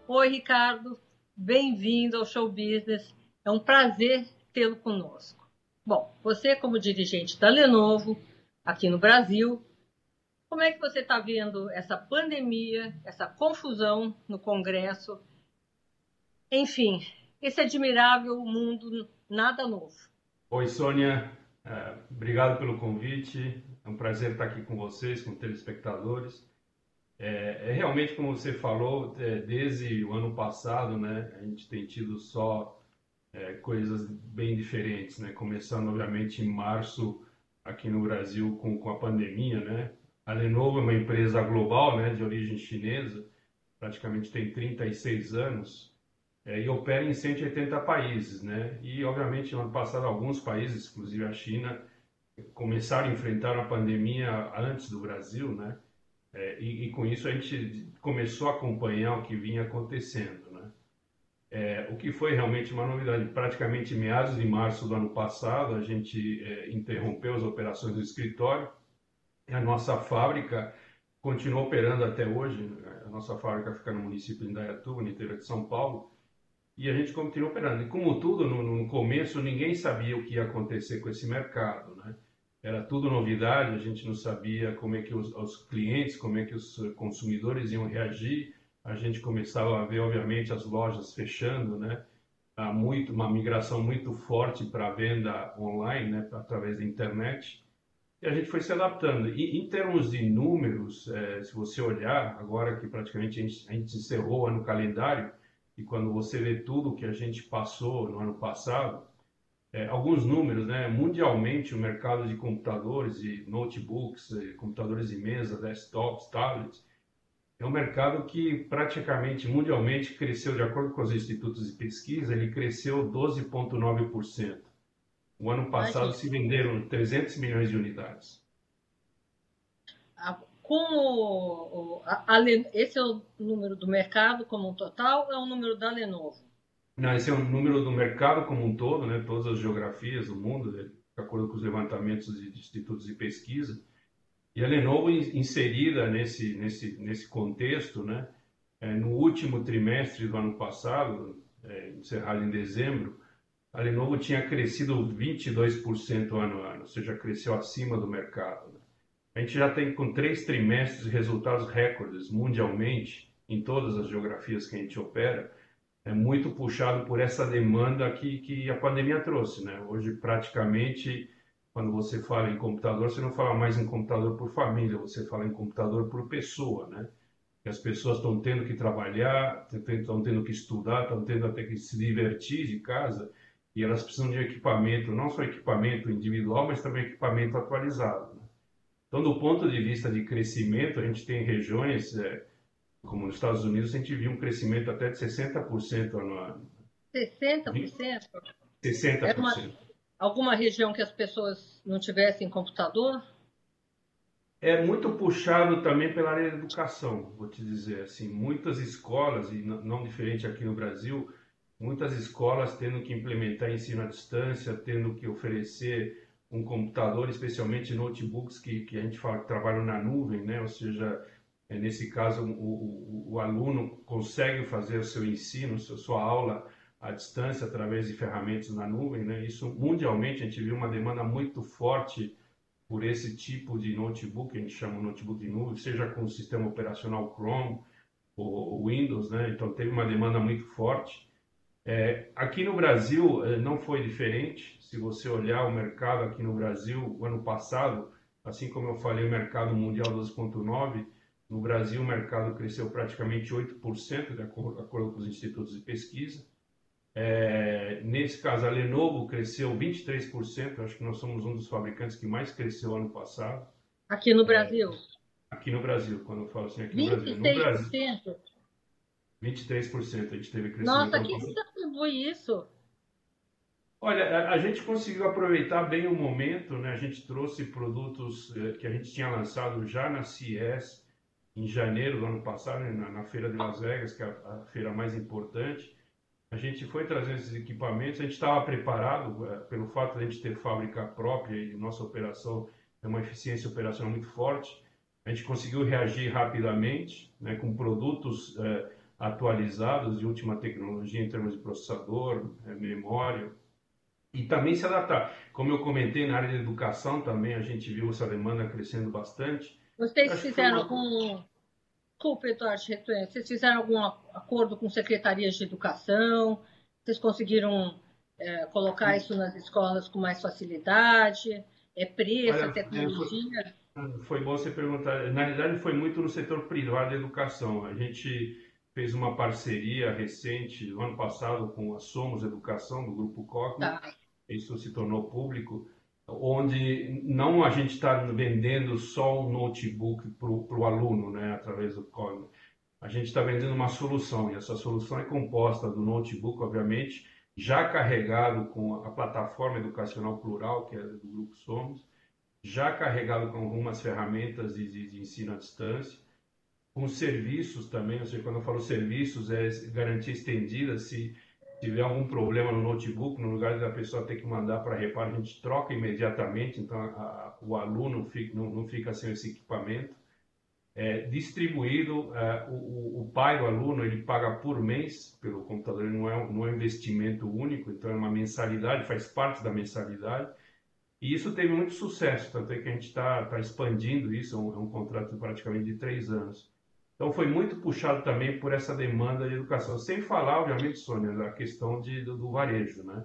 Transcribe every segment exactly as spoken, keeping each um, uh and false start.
Oi, Ricardo, bem-vindo ao Show Business. É um prazer tê-lo conosco. Bom, você como dirigente da Lenovo aqui no Brasil, como é que você está vendo essa pandemia, essa confusão no Congresso? Enfim, esse admirável mundo nada novo. Oi, Sônia. É, obrigado pelo convite. É um prazer estar aqui com vocês, com telespectadores. É, é realmente como você falou, é, desde o ano passado, né, a gente tem tido só é, coisas bem diferentes, né? Começando, obviamente, em março aqui no Brasil com, com a pandemia, né? A Lenovo é uma empresa global, né, de origem chinesa, praticamente tem trinta e seis anos. É, e opera em cento e oitenta países, né? E, obviamente, no ano passado, alguns países, inclusive a China, começaram a enfrentar a pandemia antes do Brasil, né? É, e, e com isso a gente começou a acompanhar o que vinha acontecendo, né? É, o que foi realmente uma novidade. Praticamente em meados de março do ano passado, a gente é, interrompeu as operações do escritório e a nossa fábrica continua operando até hoje. Né? A nossa fábrica fica no município de Indaiatuba, no interior de São Paulo, e a gente continua operando. E como tudo, no, no começo ninguém sabia o que ia acontecer com esse mercado, né? Era tudo novidade, a gente não sabia como é que os, os clientes, como é que os consumidores iam reagir. A gente começava a ver, obviamente, as lojas fechando, né? Há muito, uma migração muito forte para a venda online, né? Através da internet. E a gente foi se adaptando. E em termos de números, é, se você olhar, agora que praticamente a gente, a gente encerrou o ano calendário, e quando você vê tudo que a gente passou no ano passado, é, alguns números, né? Mundialmente, o mercado de computadores e notebooks, eh, computadores de mesa, desktops, tablets, é um mercado que praticamente mundialmente cresceu, de acordo com os institutos de pesquisa, ele cresceu doze vírgula nove por cento. O ano passado Imagina. se venderam trezentos milhões de unidades. A- Com o, o- a- a Len- esse é o número do mercado como um total, ou é o número da Lenovo? Não, esse é o número do mercado como um todo, né? Todas as geografias do mundo, né? De acordo com os levantamentos de institutos de pesquisa. E a Lenovo inserida nesse, nesse, nesse contexto, né? É, no último trimestre do ano passado, é, encerrado em dezembro, a Lenovo tinha crescido vinte e dois por cento ano a ano, ou seja, cresceu acima do mercado. Né? A gente já tem com três trimestres resultados recordes mundialmente, em todas as geografias que a gente opera, é muito puxado por essa demanda que, que a pandemia trouxe, né? Hoje, praticamente, quando você fala em computador, você não fala mais em computador por família, você fala em computador por pessoa, né? Que as pessoas estão tendo que trabalhar, estão tendo que estudar, estão tendo até que se divertir de casa, e elas precisam de equipamento, não só equipamento individual, mas também equipamento atualizado. Né? Então, do ponto de vista de crescimento, a gente tem regiões, é, como nos Estados Unidos, a gente viu um crescimento até de sessenta por cento ano a ano. sessenta por cento? Era uma, sessenta por cento. alguma região que as pessoas não tivessem computador? É muito puxado também pela área da educação, vou te dizer assim, muitas escolas, e não diferente aqui no Brasil, muitas escolas tendo que implementar ensino à distância, tendo que oferecer um computador, especialmente notebooks que, que a gente fala que trabalham na nuvem, né? Ou seja, é, nesse caso o, o, o aluno consegue fazer o seu ensino, a sua aula à distância através de ferramentas na nuvem, né? Isso mundialmente a gente viu uma demanda muito forte por esse tipo de notebook, a gente chama notebook de nuvem, seja com o sistema operacional Chrome ou Windows, né? Então teve uma demanda muito forte. É, aqui no Brasil eh, não foi diferente. Se você olhar o mercado aqui no Brasil, o ano passado, assim como eu falei, o mercado mundial doze vírgula nove, no Brasil o mercado cresceu praticamente oito por cento, de acordo, de acordo com os institutos de pesquisa. É, nesse caso, a Lenovo cresceu vinte e três por cento, acho que nós somos um dos fabricantes que mais cresceu ano passado, Aqui no Brasil? aqui no Brasil, quando eu falo assim, aqui no vinte Brasil. e No seis por Brasil, cento. vinte e três por cento a gente teve crescimento Nossa, ano que que passado. atribui isso? Olha, a, a gente conseguiu aproveitar bem o momento, né? A gente trouxe produtos eh, que a gente tinha lançado já na C E S em janeiro do ano passado, né, na, na Feira de Las Vegas, que é a, a feira mais importante. A gente foi trazendo esses equipamentos, a gente estava preparado, eh, pelo fato de a gente ter fábrica própria e nossa operação é uma eficiência operacional muito forte. A gente conseguiu reagir rapidamente, né, com produtos eh, atualizados de última tecnologia em termos de processador, é, memória, e também se adaptar. Como eu comentei, na área de educação também a gente viu essa demanda crescendo bastante. Eu Vocês acho que foi fizeram uma... algum, desculpe, Eduardo Retuer, vocês fizeram algum acordo com secretarias de educação? Vocês conseguiram é, colocar isso nas escolas com mais facilidade? É preço, é Olha, é, foi, tecnologia? foi bom você perguntar. Na realidade, foi muito no setor privado de educação. A gente fez uma parceria recente, no ano passado, com a Somos Educação, do Grupo Cogna. Tá. Isso se tornou público, onde não a gente está vendendo só um notebook para o aluno, né, através do Cogna. A gente está vendendo uma solução, e essa solução é composta do notebook, obviamente, já carregado com a plataforma educacional plural, que é do Grupo Somos, já carregado com algumas ferramentas de, de, de ensino à distância, com serviços também, ou seja, quando eu falo serviços, é garantia estendida, se tiver algum problema no notebook, no lugar da pessoa ter que mandar para reparo, a gente troca imediatamente, então a, a, o aluno fica, não, não fica sem esse equipamento. É, distribuído, é, o, o pai do aluno ele paga por mês pelo computador, ele não é, não é um investimento único, então é uma mensalidade, faz parte da mensalidade. E isso teve muito sucesso, tanto é que a gente está tá expandindo isso, é um, é um contrato praticamente de três anos. Então foi muito puxado também por essa demanda de educação, sem falar, obviamente, Sônia, da questão de, do, do varejo, né?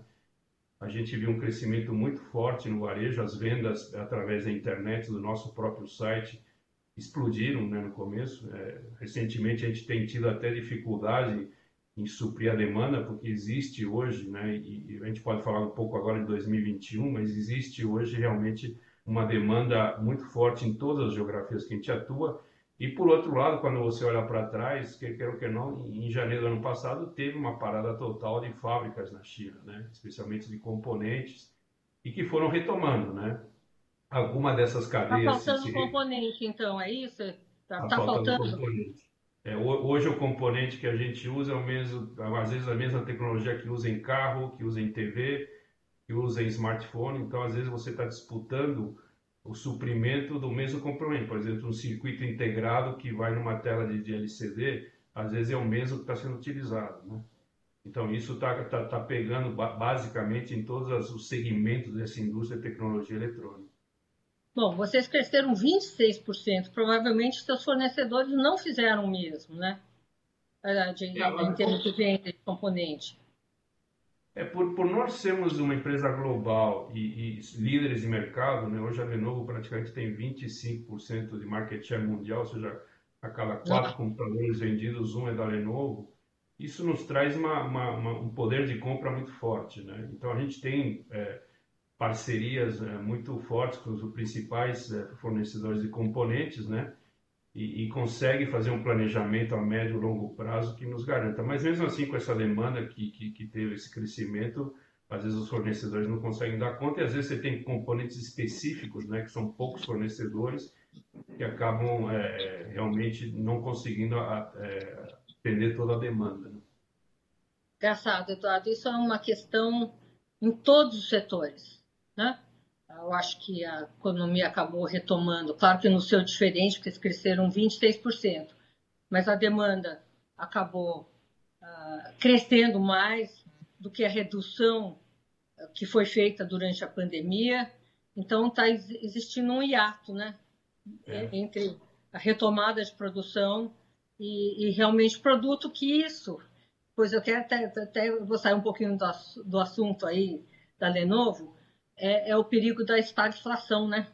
A gente viu um crescimento muito forte no varejo, as vendas através da internet, do nosso próprio site, explodiram, né, no começo. É, recentemente a gente tem tido até dificuldade em suprir a demanda, porque existe hoje, né, e, e a gente pode falar um pouco agora de dois mil e vinte e um, mas existe hoje realmente uma demanda muito forte em todas as geografias que a gente atua. E por outro lado, quando você olha para trás, quer queira ou quer não, em janeiro do ano passado teve uma parada total de fábricas na China, né, especialmente de componentes, e que foram retomando, né? Alguma dessas Está cadeias se, faltando se componente, então, é isso? Está Está tá faltando faltando? componente. É, hoje o componente que a gente usa é o mesmo, às vezes a mesma tecnologia que usa em carro, que usa em T V, que usa em smartphone. Então, às vezes você está disputando o suprimento do mesmo componente. Por exemplo, um circuito integrado que vai numa tela de, de L C D, às vezes é o mesmo que está sendo utilizado, né? Então, isso está tá, tá pegando basicamente em todos os segmentos dessa indústria de tecnologia eletrônica. Bom, vocês cresceram vinte e seis por cento. Provavelmente seus fornecedores não fizeram o mesmo, né? De, É, em termos de venda de componente. É por, por nós sermos uma empresa global e, e líderes de mercado, né? Hoje a Lenovo praticamente tem vinte e cinco por cento de market share mundial, ou seja, a cada quatro computadores vendidos, um é da Lenovo. Isso nos traz uma, uma, uma, um poder de compra muito forte, né? Então a gente tem é, parcerias é, muito fortes com os principais é, fornecedores de componentes, né? E, e consegue fazer um planejamento a médio e longo prazo que nos garanta. Mas mesmo assim, com essa demanda que, que, que teve esse crescimento, às vezes os fornecedores não conseguem dar conta e às vezes você tem componentes específicos, né, que são poucos fornecedores, que acabam é, realmente não conseguindo é, atender toda a demanda. Né? Engraçado, Eduardo, isso é uma questão em todos os setores, né? Eu acho que a economia acabou retomando, claro que no seu diferente, porque eles cresceram vinte e seis por cento, mas a demanda acabou uh, crescendo mais do que a redução que foi feita durante a pandemia. Então, está existindo um hiato, né, É. entre a retomada de produção e, e realmente produto que isso. Pois eu quero até, até vou sair um pouquinho do, do assunto aí da Lenovo, é, é o perigo da estagflação, né?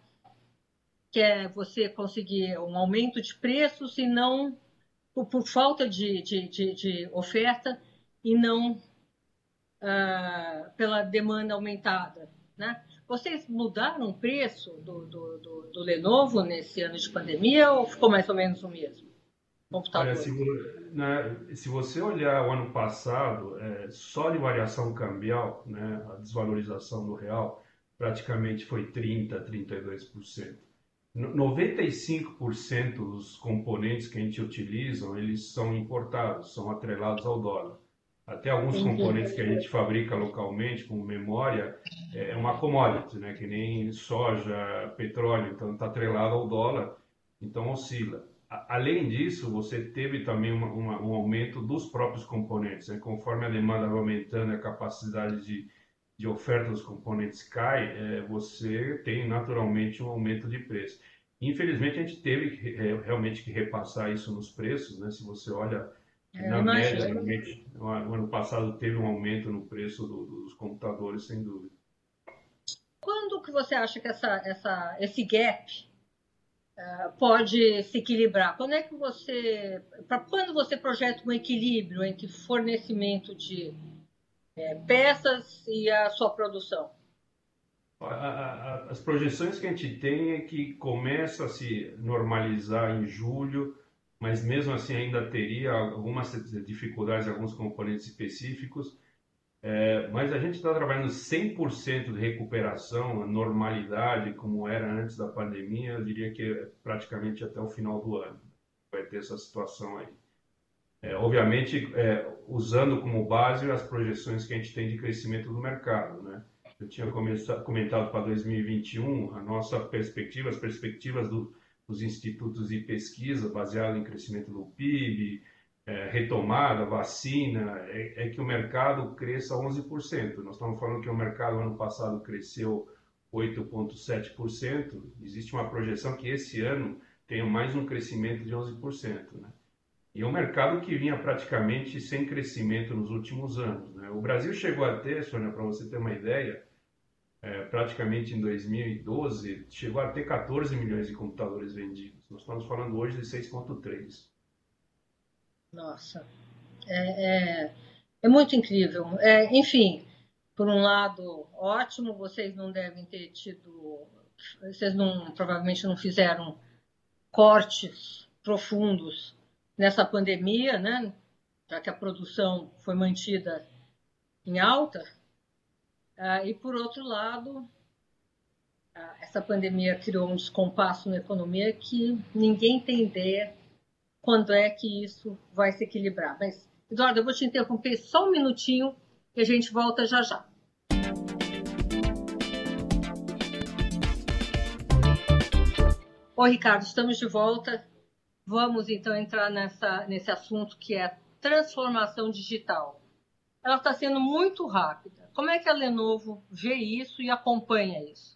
Que é você conseguir um aumento de preços e não por, por falta de, de, de, de oferta e não ah, pela demanda aumentada, né? Vocês mudaram o preço do, do, do, do Lenovo nesse ano de pandemia ou ficou mais ou menos o mesmo? Olha, Computador. se, né, se você olhar o ano passado, é, só de variação cambial, né, a desvalorização do real, praticamente foi trinta, trinta e dois por cento. noventa e cinco por cento dos componentes que a gente utiliza, eles são importados, são atrelados ao dólar. Até alguns Entendi. componentes que a gente fabrica localmente, como memória, é uma commodity, né? Que nem soja, petróleo, então está atrelado ao dólar, então oscila. além disso, você teve também uma, uma, um aumento dos próprios componentes, né? Conforme a demanda vai aumentando, a capacidade de, de oferta dos componentes cai, é, você tem naturalmente um aumento de preço. Infelizmente, a gente teve que, é, realmente que repassar isso nos preços, né? Se você olha, Eu na média, imagino. realmente, no ano passado teve um aumento no preço do, dos computadores, sem dúvida. Quando que você acha que essa, essa, esse gap pode se equilibrar? Quando é que você, para quando você projeta um equilíbrio entre fornecimento de é, peças e a sua produção? A- a- As projeções que a gente tem é que começa a se normalizar em julho, mas mesmo assim ainda teria algumas dificuldades em alguns componentes específicos. É, mas a gente está trabalhando cem por cento de recuperação, a normalidade como era antes da pandemia, eu diria que é praticamente até o final do ano vai ter essa situação aí. É, obviamente, é, usando como base as projeções que a gente tem de crescimento do mercado, né? Eu tinha começado, comentado para dois mil e vinte e um a nossa perspectiva, as perspectivas do, dos institutos de pesquisa baseado em crescimento do P I B, é, retomada, vacina, é, é que o mercado cresça onze por cento. Nós estamos falando que o mercado ano passado cresceu oito vírgula sete por cento. Existe uma projeção que esse ano tenha mais um crescimento de onze por cento, né? E é um mercado que vinha praticamente sem crescimento nos últimos anos, né? O Brasil chegou a ter, Sônia, para você ter uma ideia, é, praticamente em dois mil e doze, chegou a ter quatorze milhões de computadores vendidos. Nós estamos falando hoje de seis vírgula três. Nossa, é, é, é muito incrível. É, enfim, por um lado, ótimo, vocês não devem ter tido, vocês não, provavelmente não fizeram cortes profundos nessa pandemia, né? Já que a produção foi mantida em alta. Ah, e, por outro lado, ah, essa pandemia criou um descompasso na economia que ninguém tem ideia quando é que isso vai se equilibrar. Mas, Eduardo, eu vou te interromper só um minutinho e a gente volta já já. Oi, Ricardo, estamos de volta. Vamos então entrar nessa, nesse assunto que é transformação digital. Ela está sendo muito rápida. Como é que a Lenovo vê isso e acompanha isso?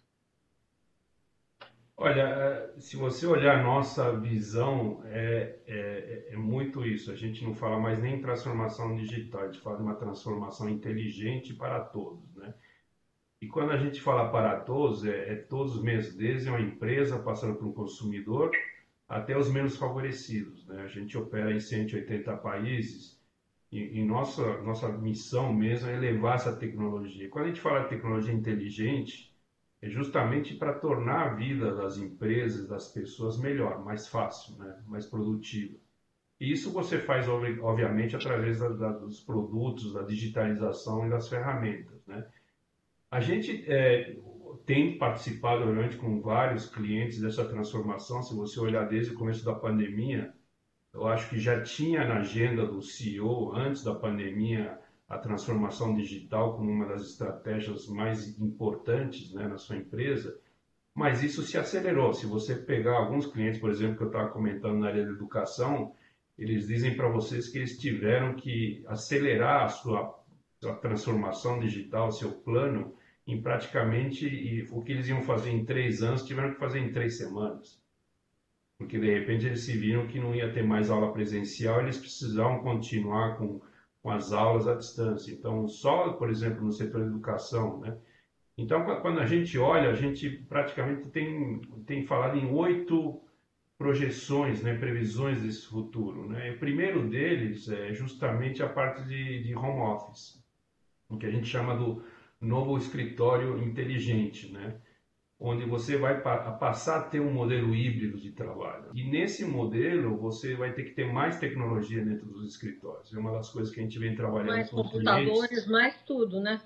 Olha, se você olhar a nossa visão, é, é, é muito isso. A gente não fala mais nem em transformação digital, a gente fala de uma transformação inteligente para todos, né? E quando a gente fala para todos, é, é todos mesmo, desde uma empresa, passando por um consumidor, até os menos favorecidos, né? A gente opera em cento e oitenta países e, e nossa, nossa missão mesmo é levar essa tecnologia. Quando a gente fala de tecnologia inteligente, é justamente para tornar a vida das empresas, das pessoas melhor, mais fácil, né? Mais produtiva. E isso você faz, obviamente, através da, da, dos produtos, da digitalização e das ferramentas, né? A gente é, tem participado, obviamente, com vários clientes dessa transformação. Se você olhar desde o começo da pandemia, eu acho que já tinha na agenda do C E O, antes da pandemia, a transformação digital como uma das estratégias mais importantes, né, na sua empresa, mas isso se acelerou. Se você pegar alguns clientes, por exemplo, que eu estava comentando na área da educação, eles dizem para vocês que eles tiveram que acelerar a sua, sua transformação digital, seu plano, em praticamente e, o que eles iam fazer em três anos, tiveram que fazer em três semanas. Porque de repente eles se viram que não ia ter mais aula presencial, eles precisavam continuar com, com as aulas à distância. Então, só, por exemplo, no setor de educação, né? Então, quando a gente olha, a gente praticamente tem, tem falado em oito projeções, né, previsões desse futuro, né? O primeiro deles é justamente a parte de, de home office, o que a gente chama do novo escritório inteligente, né? Onde você vai pa passar a ter um modelo híbrido de trabalho. E nesse modelo, você vai ter que ter mais tecnologia dentro dos escritórios. É uma das coisas que a gente vem trabalhando Mais com os clientes. computadores, mais tudo, né?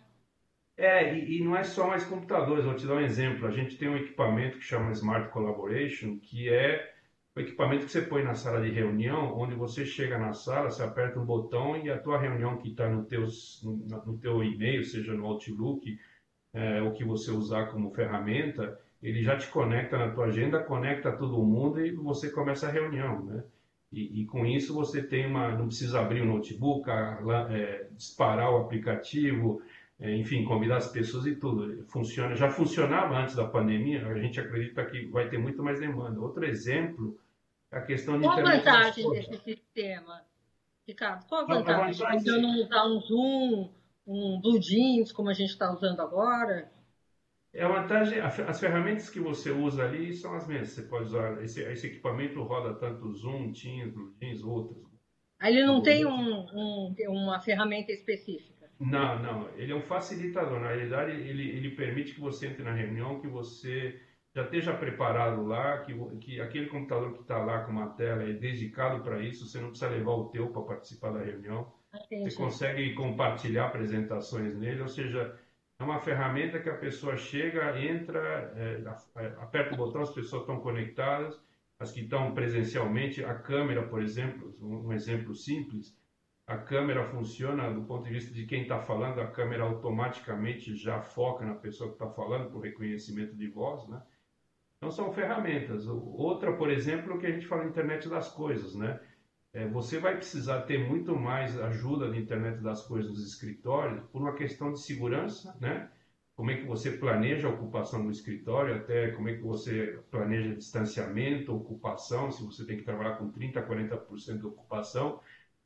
É, e, e não é só mais computadores, vou te dar um exemplo. A gente tem um equipamento que chama Smart Collaboration, que é o equipamento que você põe na sala de reunião, onde você chega na sala, você aperta um botão e a tua reunião que está no teu, no, no teu e-mail, seja no Outlook, é, o que você usar como ferramenta, ele já te conecta na tua agenda, conecta todo mundo e você começa a reunião, né? E, e com isso você tem uma, não precisa abrir o notebook, a, é, disparar o aplicativo, é, enfim, convidar as pessoas e tudo. Funciona, já funcionava antes da pandemia, a gente acredita que vai ter muito mais demanda. Outro exemplo é a questão de Qual a internet das vantagem coisas. desse sistema, Ricardo? Qual a A a vantagem? Quando eu vantagem não usar um Zoom, um Blue Jeans, como a gente está usando agora? é a vantagem, as ferramentas que você usa ali são as mesmas. Você pode usar, esse, esse equipamento roda tanto Zoom, Teams, Blue Jeans, outros. Aí ele não tem Google um, um- uma ferramenta específica. Não, não. Ele é um facilitador. Na realidade, ele, ele permite que você entre na reunião, que você já esteja preparado lá, que, que aquele computador que está lá com uma tela é dedicado para isso, você não precisa levar o teu para participar da reunião. Você Entendi. consegue compartilhar apresentações nele, ou seja, é uma ferramenta que a pessoa chega, entra, é, aperta o botão, as pessoas estão conectadas, as que estão presencialmente, a câmera, por exemplo, um exemplo simples, a câmera funciona do ponto de vista de quem está falando, a câmera automaticamente já foca na pessoa que está falando por reconhecimento de voz, né? Então são ferramentas. Outra, por exemplo, que a gente fala internet das coisas, né? É, você vai precisar ter muito mais ajuda de internet das coisas nos escritórios por uma questão de segurança, né? Como é que você planeja a ocupação do escritório, até como é que você planeja distanciamento, ocupação, se você tem que trabalhar com trinta, quarenta por cento de ocupação.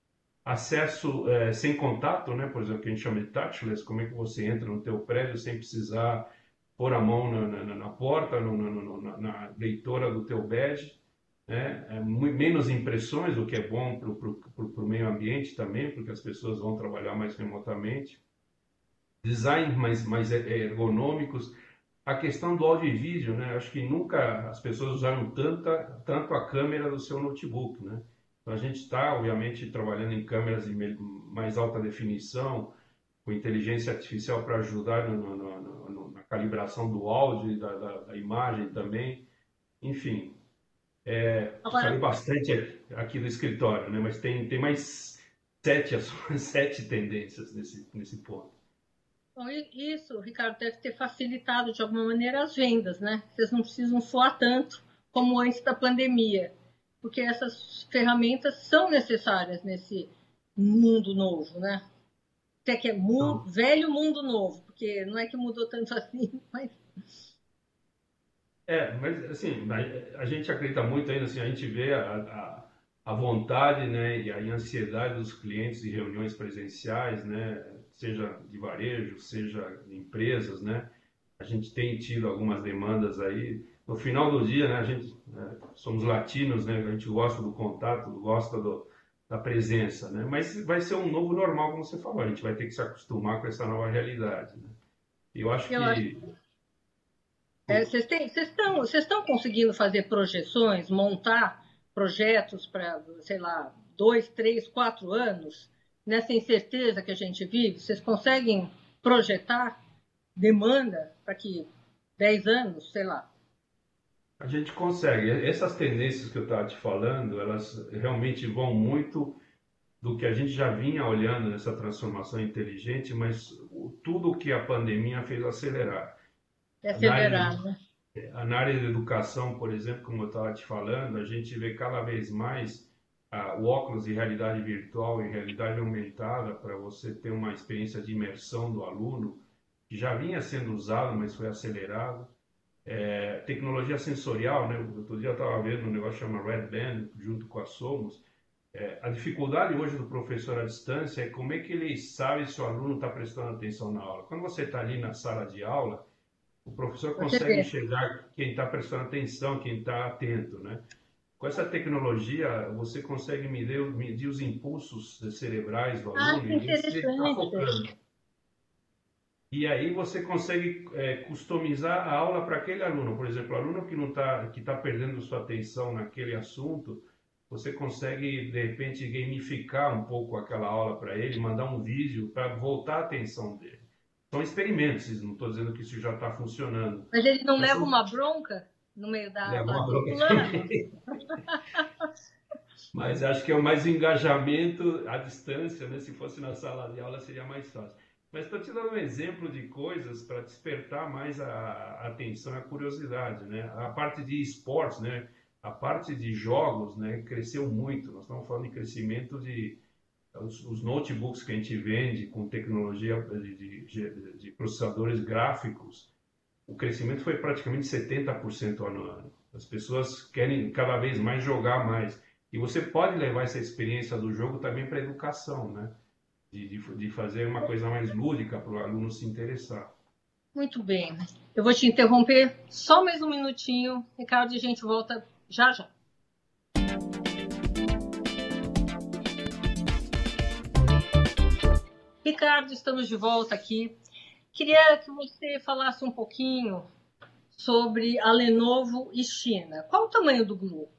Acesso é, sem contato, né? Por exemplo, que a gente chama de touchless, como é que você entra no teu prédio sem precisar pôr a mão na, na, na porta, no, no, na, na leitora do teu badge, né? É, muito, menos impressões, o que é bom para o meio ambiente também, porque as pessoas vão trabalhar mais remotamente. Design mais, mais ergonômicos. A questão do áudio e vídeo, né? Acho que nunca as pessoas usaram tanta, tanto a câmera do seu notebook, né? Então a gente está, obviamente, trabalhando em câmeras de mais alta definição, com inteligência artificial para ajudar no, no, no, na calibração do áudio e da, da, da imagem também. Enfim, é, falei Agora, bastante aqui do escritório, né? Mas tem, tem mais sete, sete tendências nesse, nesse ponto. bom, isso, Ricardo, deve ter facilitado de alguma maneira as vendas, né? Vocês não precisam suar tanto como antes da pandemia, porque essas ferramentas são necessárias nesse mundo novo, né? Até que é mu Então, velho mundo novo, porque não é que mudou tanto assim, mas É, mas assim, a, a gente acredita muito ainda, assim, a gente vê a, a, a vontade, né, e a ansiedade dos clientes de reuniões presenciais, né, seja de varejo, seja de empresas, né, a gente tem tido algumas demandas aí. No final do dia, né, a gente, né, somos latinos, né, a gente gosta do contato, gosta do, da presença, né, mas vai ser um novo normal, como você falou, a gente vai ter que se acostumar com essa nova realidade, né. E eu acho eu acho que é, vocês têm, vocês estão, vocês estão conseguindo fazer projeções, montar projetos para, sei lá, dois, três, quatro anos, nessa incerteza que a gente vive? Vocês conseguem projetar demanda para que dez anos, sei lá? a gente consegue. Essas tendências que eu estava te falando, elas realmente vão muito do que a gente já vinha olhando nessa transformação inteligente, mas o- tudo o que a pandemia fez acelerar. É Na área acelerar, de, né? na área de educação, por exemplo, como eu estava te falando, a gente vê cada vez mais ah, o óculos de realidade virtual e realidade aumentada para você ter uma experiência de imersão do aluno, que já vinha sendo usado, mas foi acelerado. É, tecnologia sensorial, né? Outro dia eu estava vendo um negócio chamado Red Band, junto com a Somos. É, a dificuldade hoje do professor à distância é como é que ele sabe se o aluno está prestando atenção na aula. Quando você está ali na sala de aula, o professor Você consegue vê. enxergar quem está prestando atenção, quem está atento, né? Com essa tecnologia, você consegue medir, medir os impulsos cerebrais do Ah, aluno que e ver se ele está interessante. focando. E aí você consegue é, customizar a aula para aquele aluno. Por exemplo, o aluno que não está, que está perdendo sua atenção naquele assunto, você consegue de repente gamificar um pouco aquela aula para ele, mandar um vídeo para voltar a atenção dele. São experimentos, não estou dizendo que isso já está funcionando. Mas ele não Mas leva são, uma bronca no meio da leva aula? uma Ô, bronca fulano, também. Mas acho que é mais o engajamento à distância, né? Se fosse na sala de aula seria mais fácil. Mas estou te dando um exemplo de coisas para despertar mais a, a atenção e a curiosidade, né? A parte de esportes, né? A parte de jogos, né? Cresceu muito. Nós estamos falando de crescimento de os, os notebooks que a gente vende com tecnologia de, de, de, de processadores gráficos. O crescimento foi praticamente setenta por cento ano a ano. As pessoas querem cada vez mais jogar mais. E você pode levar essa experiência do jogo também para a educação, né? De, de, de fazer uma coisa mais lúdica para o aluno se interessar. Muito bem. Eu vou te interromper só mais um minutinho, Ricardo, e a gente volta já já. Ricardo, estamos de volta aqui. Queria que você falasse um pouquinho sobre a Lenovo e China. Qual o tamanho do grupo?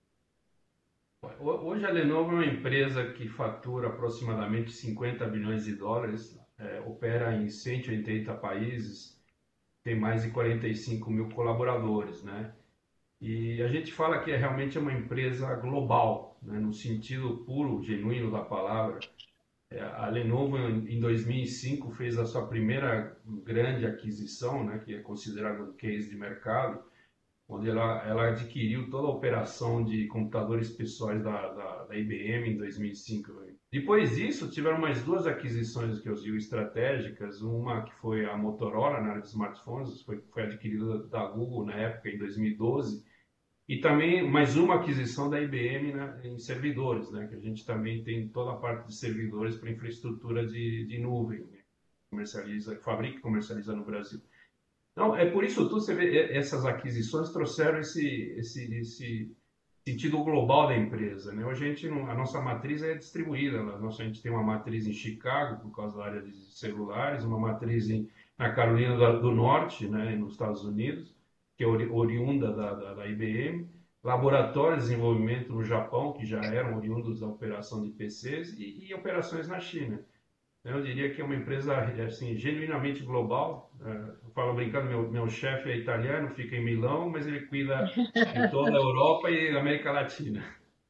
Hoje a Lenovo é uma empresa que fatura aproximadamente cinquenta bilhões de dólares, é, opera em cento e oitenta países, tem mais de quarenta e cinco mil colaboradores, né? E a gente fala que é realmente uma empresa global, né? No sentido puro, genuíno da palavra. É, a Lenovo em dois mil e cinco fez a sua primeira grande aquisição, né? Que é considerada um case de mercado, onde ela, ela adquiriu toda a operação de computadores pessoais da, da, da I B M em dois mil e cinco. Depois disso, tiveram mais duas aquisições que eu digo estratégicas, uma que foi a Motorola na área de smartphones, foi, foi adquirida da Google na época, em dois mil e doze, e também mais uma aquisição da I B M, né, em servidores, né, que a gente também tem toda a parte de servidores para infraestrutura de, de nuvem, né, comercializa, fabrica e comercializa no Brasil. Então, é por isso tudo, você vê, essas aquisições trouxeram esse, esse, esse sentido global da empresa, né? Hoje a, gente, a nossa matriz é distribuída, a, nossa, a gente tem uma matriz em Chicago, por causa da área de celulares, uma matriz em, na Carolina do Norte, né, nos Estados Unidos, que é ori, oriunda da, da, da I B M, laboratórios de desenvolvimento no Japão, que já eram oriundos da operação de P Cs, e, e operações na China. Eu diria que é uma empresa assim, genuinamente global. Eu falo brincando, meu, meu chefe é italiano, fica em Milão, mas ele cuida de toda a Europa e América Latina.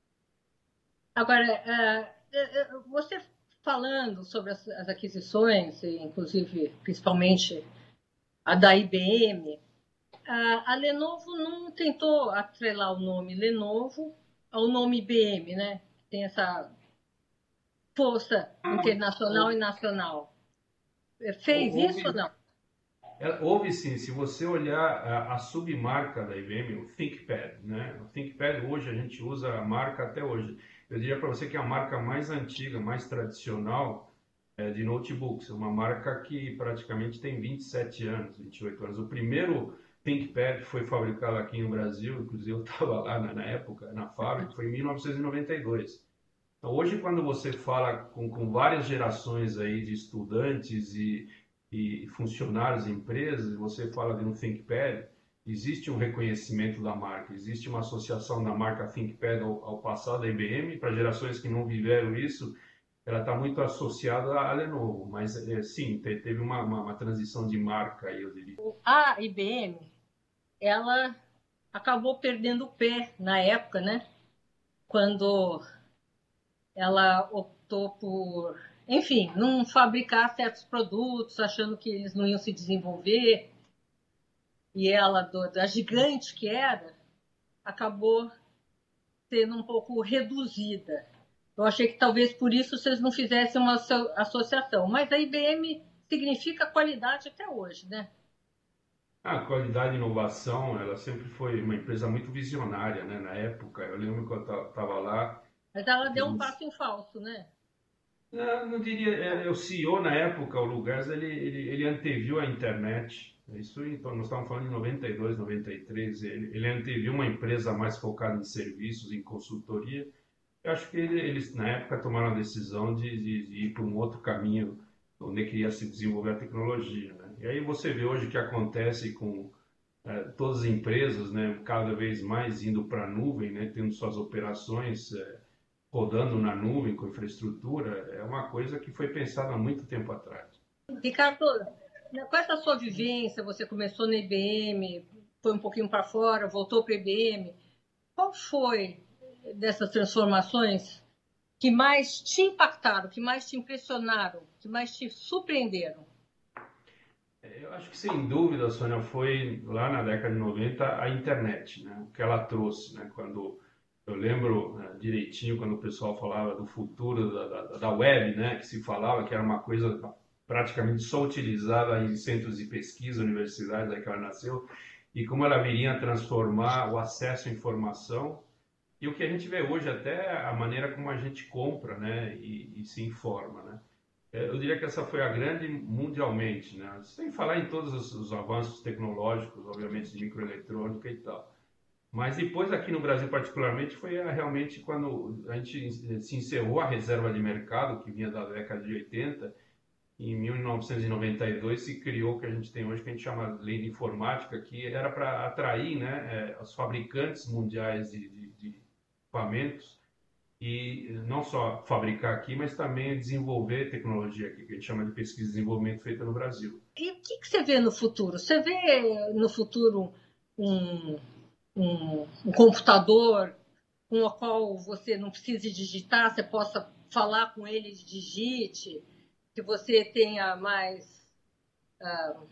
Agora, você falando sobre as aquisições, inclusive, principalmente a da I B M, a Lenovo não tentou atrelar o nome Lenovo ao nome I B M, né? Tem essa força internacional e nacional. Fez isso ou Houve, não? houve sim, se você olhar a, a submarca da I B M, o ThinkPad, né? O ThinkPad hoje a gente usa a marca até hoje. Eu diria para você que é a marca mais antiga, mais tradicional é, de notebooks, uma marca que praticamente tem vinte e sete anos, vinte e oito anos. O primeiro ThinkPad foi fabricado aqui no Brasil, inclusive eu estava lá na, na época, na fábrica, foi em mil novecentos e noventa e dois. Então, hoje, quando você fala com, com várias gerações aí de estudantes e, e funcionários de empresas, você fala de um ThinkPad, existe um reconhecimento da marca, existe uma associação da marca ThinkPad ao, ao passado da I B M. Para gerações que não viveram isso, ela está muito associada à Lenovo, mas é, sim, teve uma, uma, uma transição de marca aí, eu diria. A I B M, ela acabou perdendo o pé na época, né? Quando ela optou por, enfim, não fabricar certos produtos, achando que eles não iam se desenvolver. E ela, da gigante que era, acabou sendo um pouco reduzida. Eu achei que talvez por isso vocês não fizessem uma associação. Mas a I B M significa qualidade até hoje, né? A qualidade e inovação, ela sempre foi uma empresa muito visionária, né? Na época, eu lembro que eu estava lá. Mas ela deu um passo em falso, né? Não, não diria, é, o C E O na época, o Lugas, ele, ele, ele anteviu a internet. Isso, então, nós estávamos falando de noventa e dois, noventa e três. Ele, ele anteviu uma empresa mais focada em serviços, em consultoria. Eu acho que ele, eles, na época, tomaram a decisão de, de, de ir para um outro caminho, onde queria se desenvolver a tecnologia, né? E aí você vê hoje o que acontece com é, todas as empresas, né, cada vez mais indo para a nuvem, né, tendo suas operações é, rodando na nuvem com infraestrutura, é uma coisa que foi pensada há muito tempo atrás. Ricardo, com essa sua vivência, você começou na I B M, foi um pouquinho para fora, voltou para a I B M. Qual foi dessas transformações que mais te impactaram, que mais te impressionaram, que mais te surpreenderam? Eu acho que sem dúvida, Sônia, foi lá na década de noventa a internet, né? O que ela trouxe, né? Quando eu lembro né, direitinho quando o pessoal falava do futuro da, da, da web, né? Que se falava que era uma coisa praticamente só utilizada em centros de pesquisa, universidades, aí que ela nasceu, e como ela viria a transformar o acesso à informação e o que a gente vê hoje até a maneira como a gente compra, né? E, e se informa, né? Eu diria que essa foi a grande mundialmente, né? Sem falar em todos os, os avanços tecnológicos, obviamente, de microeletrônica e tal. Mas depois, aqui no Brasil particularmente, foi a, realmente quando a gente se encerrou a reserva de mercado, que vinha da década de oitenta, em mil novecentos e noventa e dois se criou o que a gente tem hoje, que a gente chama de lei de informática, que era para atrair né, os fabricantes mundiais de, de, de equipamentos e não só fabricar aqui, mas também desenvolver tecnologia aqui, que a gente chama de pesquisa e desenvolvimento feita no Brasil. E o que, que você vê no futuro? Você vê no futuro um, um, um computador com o qual você não precise digitar, você possa falar com ele, digite, que você tenha mais uh,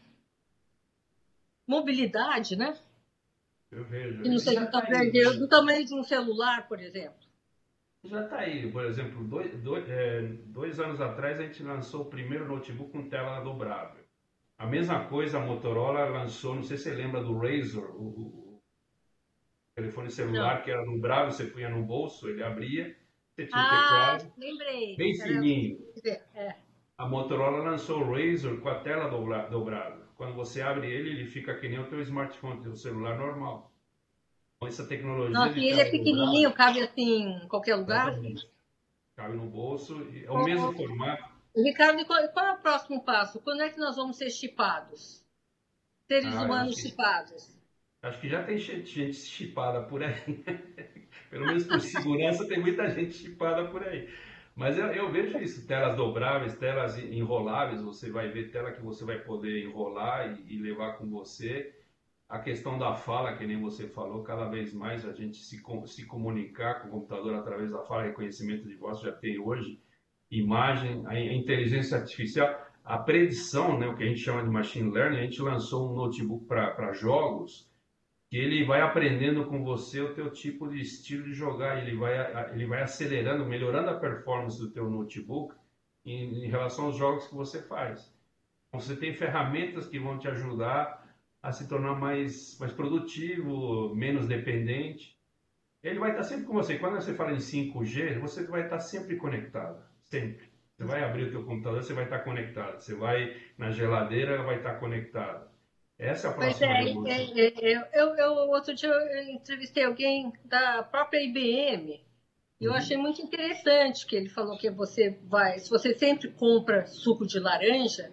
mobilidade, né? Eu vejo. Que não E seja já do está aí, tamanho, do tamanho de um celular, por exemplo. já está aí. Por exemplo, dois, dois, é, dois anos atrás a gente lançou o primeiro notebook com tela dobrável. A mesma coisa a Motorola lançou, não sei se você lembra do Razr, o, o telefone Não. celular que era dobrável, você punha no bolso, ele abria, você tinha um Ah, teclado lembrei. bem Era, fininho. é. A Motorola lançou o Razr com a tela dobra, dobrada. Quando você abre ele, ele fica que nem o teu smartphone, teu celular normal. Então, essa tecnologia Nossa, de e ele é tela dobrável, pequenininho, cabe assim em qualquer lugar. exatamente, cabe no bolso, é o mesmo Ô, formato. Ricardo, qual, qual é o próximo passo? Quando é que nós vamos ser chipados? Seres Ah, eu acho humanos que, chipados. acho que já tem gente, gente chipada por aí. Pelo menos por segurança, tem muita gente chipada por aí. Mas eu, eu vejo isso, telas dobráveis, telas enroláveis, você vai ver tela que você vai poder enrolar e, e levar com você. A questão da fala, que nem você falou, cada vez mais a gente se, se comunicar com o computador através da fala, reconhecimento de voz já tem hoje, imagem, a inteligência artificial, a predição, né, o que a gente chama de machine learning, a gente lançou um notebook para jogos, que ele vai aprendendo com você o teu tipo de estilo de jogar, ele vai, ele vai acelerando, melhorando a performance do teu notebook em, em relação aos jogos que você faz. Então, você tem ferramentas que vão te ajudar a se tornar mais, mais produtivo, menos dependente. Ele vai estar sempre com você. Quando você fala em cinco G, você vai estar sempre conectado. Sempre. Você vai abrir o teu computador, você vai estar conectado. Você vai na geladeira, vai estar conectado. Essa é a Pois próxima é, revolução. é, é, é, eu, eu, outro dia eu entrevistei alguém da própria I B M e eu achei Uhum. muito interessante que ele falou que você vai, se você sempre compra suco de laranja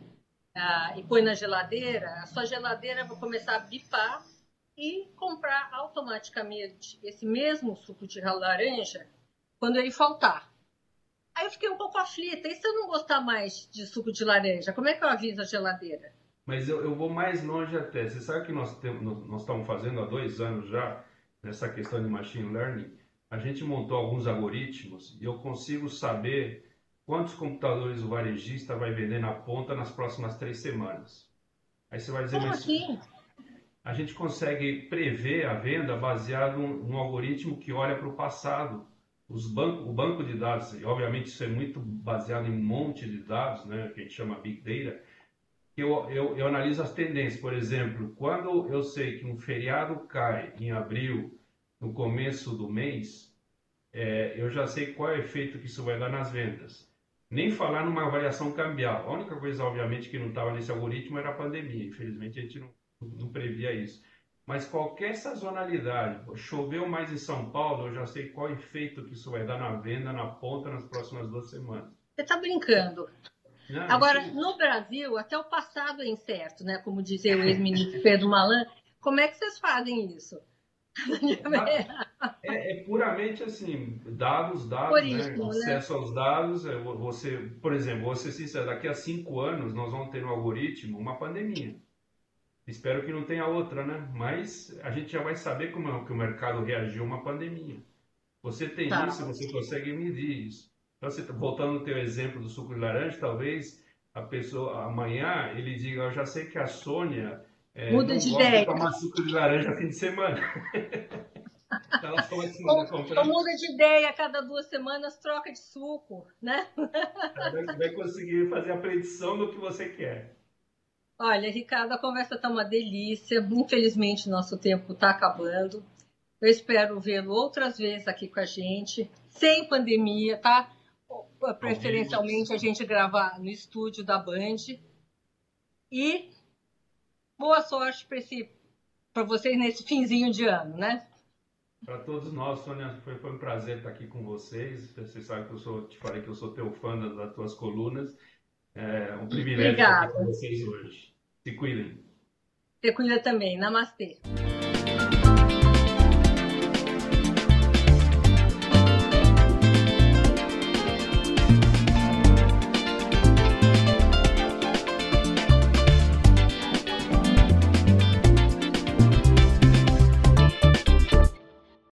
ah, e põe na geladeira, a sua geladeira vai começar a bipar e comprar automaticamente esse mesmo suco de laranja quando ele faltar. Aí eu fiquei um pouco aflita. E se eu não gostar mais de suco de laranja, como é que eu aviso a geladeira? Mas eu, eu vou mais longe até. Você sabe que nós, temos, nós, nós estamos fazendo há dois anos já, nessa questão de machine learning, a gente montou alguns algoritmos e eu consigo saber quantos computadores o varejista vai vender na ponta nas próximas três semanas. Aí você vai dizer, Como mas assim? a gente consegue prever a venda baseado num algoritmo que olha para o passado. Os banco, o banco de dados, e obviamente isso é muito baseado em um monte de dados, né, que a gente chama Big Data, eu, eu, eu analiso as tendências. Por exemplo, quando eu sei que um feriado cai em abril, no começo do mês, é, eu já sei qual é o efeito que isso vai dar nas vendas. Nem falar numa variação cambial. A única coisa, obviamente, que não estava nesse algoritmo era a pandemia. Infelizmente, a gente não, não previa isso. Mas qualquer sazonalidade, choveu mais em São Paulo, eu já sei qual efeito que isso vai dar na venda, na ponta, nas próximas duas semanas. Você está brincando. Não, isso. Agora, no Brasil, até o passado é incerto, né? Como dizia o ex-ministro Pedro Malan. Como é que vocês fazem isso? É, é puramente assim, dados, dados, né? Algoritmo, né? Acesso aos dados. é, Você, por exemplo, vou ser sincero, daqui a cinco anos nós vamos ter no algoritmo uma pandemia. Espero que não tenha outra, né? Mas a gente já vai saber como é que o mercado reagiu a uma pandemia. Você tem Tá. isso, você consegue medir isso. Então, você, voltando no teu exemplo do suco de laranja, talvez a pessoa amanhã ele diga, eu já sei que a Sônia é, Muda não de gosta de ideia. tomar suco de laranja fim de semana. Então ela pode mandar Ou, ou comprar, muda de ideia a cada duas semanas, troca de suco, né? ela vai, vai conseguir fazer a predição do que você quer. Olha, Ricardo, a conversa está uma delícia. Infelizmente, nosso tempo está acabando. Eu espero vê-lo outras vezes aqui com a gente, sem pandemia, tá? Ao vivo. Preferencialmente a gente gravar no estúdio da Band. E boa sorte para vocês nesse finzinho de ano, né? Para todos nós, Sônia, foi, foi um prazer estar aqui com vocês. Você sabe que eu sou, te falei que eu sou teu fã das, das tuas colunas. É um privilégio estar aqui com Obrigada. vocês hoje. Se cuidem. Você cuida também. Namastê.